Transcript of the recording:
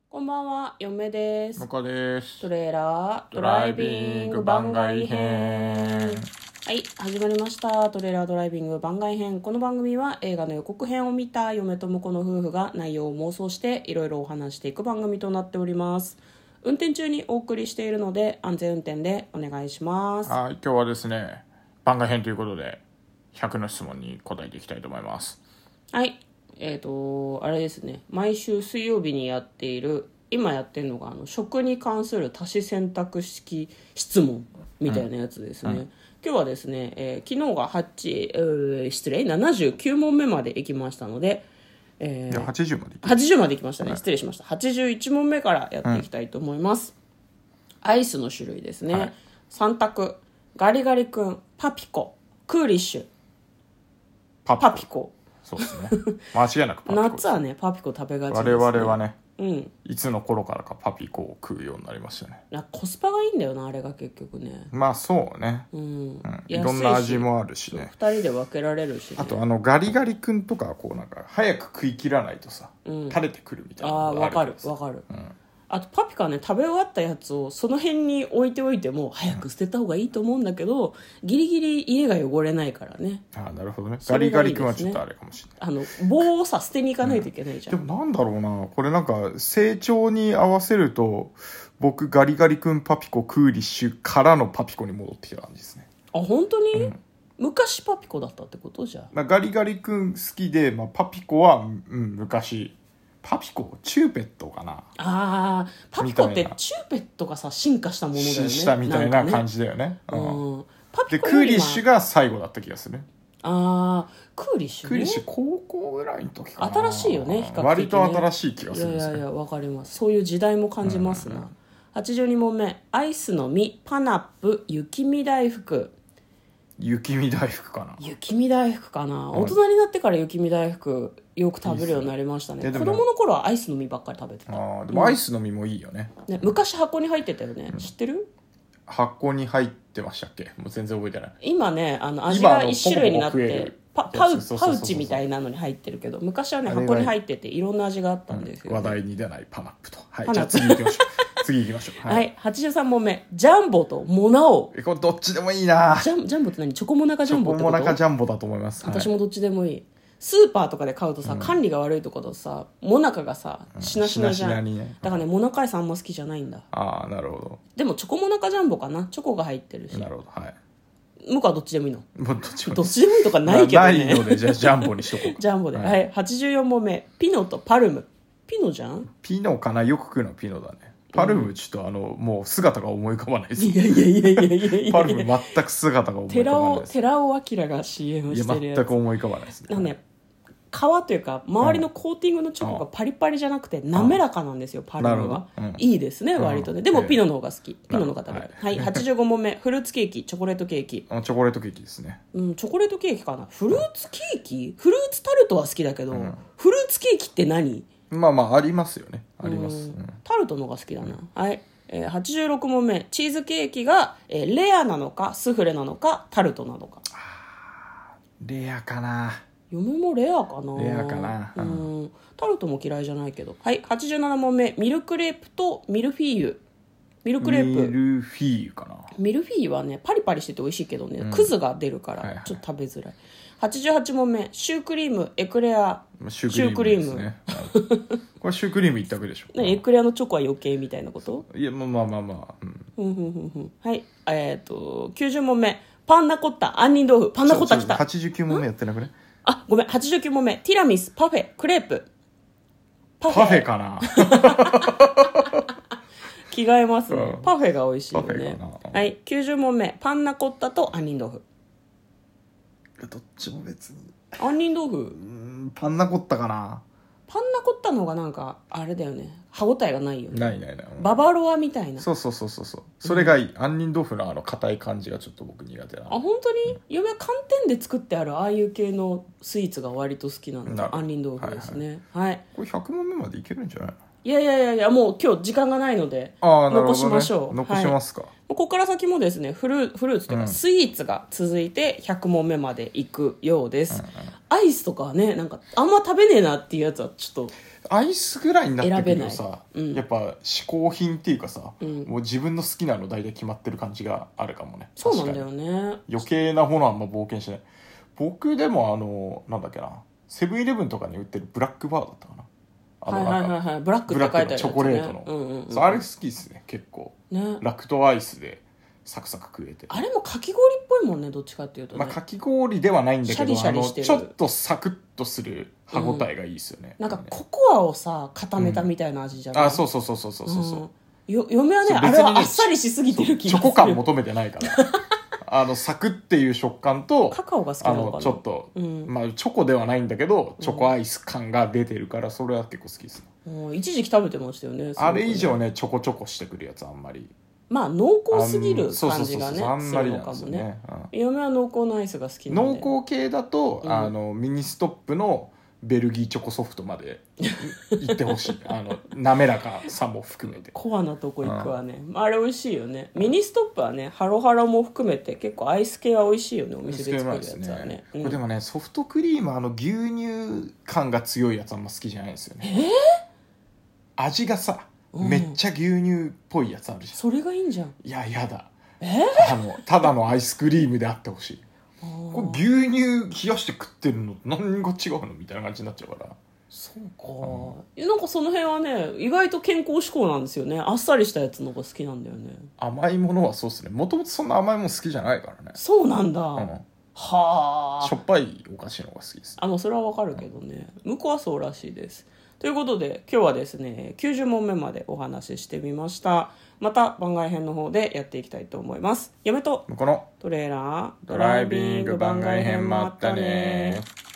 こんばんは、嫁です。 向こうです。 トレーラードライビング番外編。はい、始まりました。トレーラードライビング番外編。この番組は映画の予告編を見た嫁と婿の夫婦が内容を妄想していろいろお話していく番組となっております。運転中にお送りしているので安全運転でお願いします。 はい、今日はですね、番外編ということで100の質問に答えていきたいと思います。 はい。あれですね、毎週水曜日にやっている、今やってるのが食に関する多子選択式質問みたいなやつですね。今日はですね、昨日が79問目まで行きましたので、 いや80まで 80まで行きましたね、失礼しました。81問目からやっていきたいと思います。アイスの種類ですね、3択。ガリガリ君、パピコ、クーリッシュ、パピコ。 そうですね、間違いなくパピコです。 夏はねパピコ食べがちですね。我々はね、 いつの頃からかパピコを食うようになりましたね。 コスパがいいんだよな、あれが結局ね。 まあそうね、いろんな味もあるしね。 2人で分けられるし、ね、 あとガリガリ君とかはこうなんか早く食い切らないとさ、垂れてくるみたいなのがあるからさ。 分かる、あとパピコはね、食べ終わったやつをその辺に置いておいても早く捨てた方がいいと思うんだけど、ギリギリ家が汚れないからね。 ああ、なるほどね。ガリガリ君はちょっとあれかもしれない。 棒をさ捨てに行かないといけないじゃん、 でもなんだろうな、これなんか成長に合わせると僕ガリガリ君パピコクーリッシュからのパピコに戻ってきた感じですね。 あ、本当に、昔パピコだったってことじゃん。 ガリガリ君好きで、パピコは、昔パピコチューペットかな。 パピコってチューペットがさ進化したものだよね。 したみたいな感じだよね。 パピコでクーリッシュが最後だった気がする。 クーリッシュね。 クーリッシュ高校ぐらいの時かな。 新しいよね、比較的ね。 割と新しい気がするんですよ。 いやわかります。そういう時代も感じますな。82問目。アイスの実、パナップ、雪見大福。 雪見大福かな。 雪見大福かな、大人になってから雪見大福よく食べるようになりましたね。子供の頃はアイスの実ばっかり食べてた。 でもアイスの実もいいよね。 昔箱に入ってたよね、知ってる？ 箱に入ってましたっけ？もう全然覚えてない。 今ね、味が1種類になってパウチみたいなのに入ってるけど、昔はね箱に入ってていろんな味があったんですよ、 話題に出ないパナップと。はい、じゃあ次行きましょう。次行きましょう。 はい、83問目。ジャンボとモナオ。 これどっちでもいいな。 ジャンボって何？チョコモナカジャンボってこと？ チョコモナカジャンボだと思います。 私もどっちでもいい。スーパーとかで買うとさ、管理が悪いところとさ、モナカがさしなしなじゃん、ね、だからねモナカアイスあんま好きじゃないんだ。 ああ、なるほど。 でもチョコモナカジャンボかな、チョコが入ってるし。 なるほど、はい。 向こうはどっちでもいいの？ どっちでもいいとかないけどね。 ないので、じゃあジャンボにしとこうか。 ジャンボで、はい、84問目。ピノとパルム。ピノじゃん？ ピノかな、よく食うのピノだね。パルムちょっともう姿が思い浮かばないです。 いやパルム全く姿が思い浮かばないです。 寺尾明が CM してるやつ。 全く思い浮かばないですね。 皮というか周りのコーティングのチョコがパリパリじゃなくて滑らかなんですよ、パルムは。いいですね、割とね。でもピノの方が好き。ピノの方が食べる。はい、85問目。フルーツケーキ、チョコレートケーキ。 チョコレートケーキですね。 チョコレートケーキかな。フルーツケーキ？フルーツタルトは好きだけど、フルーツケーキって何？ ありますよね。あります。 タルトの方が好きだな。はい。86問目。チーズケーキが、レアなのかスフレなのかタルトなのか。 レアかな。 嫁もレアかな。 レアかな。 タルトも嫌いじゃないけど。はい。87問目。ミルクレープとミルフィーユ。ミルクレープ。 ミルフィーユかな。 ミルフィーユはねパリパリしてて美味しいけどね、クズが出るからちょっと食べづらい。88問目。シュークリーム、エクレア。 シュークリームですね。これシュークリーム一択でしょ。 エクレアのチョコは余計みたいなこと？ いや、まあ。 はい。90問目。パンナコッタ、杏仁豆腐。パンナコッタ来た。 89問目やってなくね？ ごめん。89問目。ティラミス、パフェ、クレープ。 パフェかな。 着替えますね。パフェが美味しいよね。はい。90問目。パンナコッタと杏仁豆腐。 どっちも別に。 杏仁豆腐。 パンナコッタかな。 パンナコッタの方がなんかあれだよね、歯応えがないよね。 ない。 ババロアみたいな。 そう。それがいい。杏仁豆腐の硬い感じがちょっと僕苦手な。 本当に？嫁は寒天で作ってあるああいう系のスイーツが割と好きなので杏仁豆腐ですね。はい。 これ100問目までいけるんじゃない？ いやもう今日時間がないので残しましょう。 残しますか。 ここから先もですねフルーツというかスイーツが続いて100問目までいくようです。 アイスとかはね、なんかあんま食べねえなっていうやつはちょっとアイスぐらいになってくるとさ、 選べないうんやっぱ嗜好品っていうかさ、 んもう自分の好きなの大体決まってる感じがあるかもね。 そうなんだよ確かにね。 余計なものはあんま冒険しない。僕でもなんだっけな、セブンイレブンとかに売ってるブラックバーだったかな。 はいはいはいはい、ブラックって書いてあるやつ、ね、 ブラックのチョコレートの、 うんうんうん、 そうあれ好きですね結構。 ね、 ラクトアイスでサクサク食えて、 あれもかき氷っぽいもんね、どっちかっていうとね、 まあ、かき氷ではないんだけど、 シャリシャリしてるちょっとサクッとする歯応えがいいですよね、 なんかココアをさ固めたみたいな味じゃない、 あ、そうそうそうそうそうそう、 嫁はね、あれそう別にねはあっさりしすぎてる気チョがする。 コ感求めてないからサクっていう食感とカカオが好きなのかな、 ちょっと、 うんまあチョコではないんだけどチョコアイス感が出てるから、それは結構好きですね、 一時期食べてましたよね。 あれ以上ね、 ねチョコチョコしてくるやつあんまり、 まあ濃厚すぎるそうそうそう感じがねあんすまりなんでするのかもねよね、 嫁は濃厚なアイスが好きなんで。 濃厚系だと、ミニストップのベルギーチョコソフトまで行ってほしい滑らかさも含めて。 コアなとこ行くわね、あれ美味しいよね。ミニストップはね、ハロハロも含めて結構アイス系は美味しいよね、お店で作るやつはね。 これでもね、ソフトクリーム牛乳感が強いやつあんま好きじゃないんですよね。味がさ、めっちゃ牛乳っぽいやつあるじゃん。 それがいいんじゃん。 いややだ、ただのアイスクリームであってほしい。これ牛乳冷やして食ってるのと何が違うのみたいな感じになっちゃうから。 そうか、なんかその辺はね意外と健康志向なんですよね。あっさりしたやつの方が好きなんだよね。 甘いものはそうっすね、もともとそんな甘いもの好きじゃないからね。 そうなんだ、 うんはあ、 しょっぱいお菓子の方が好きです。 それはわかるけどね、向こうはそうらしいです。ということで今日はですね90問目までお話ししてみました。また番外編の方でやっていきたいと思います。嫁とこのトレーラードライビング番外編もあったね。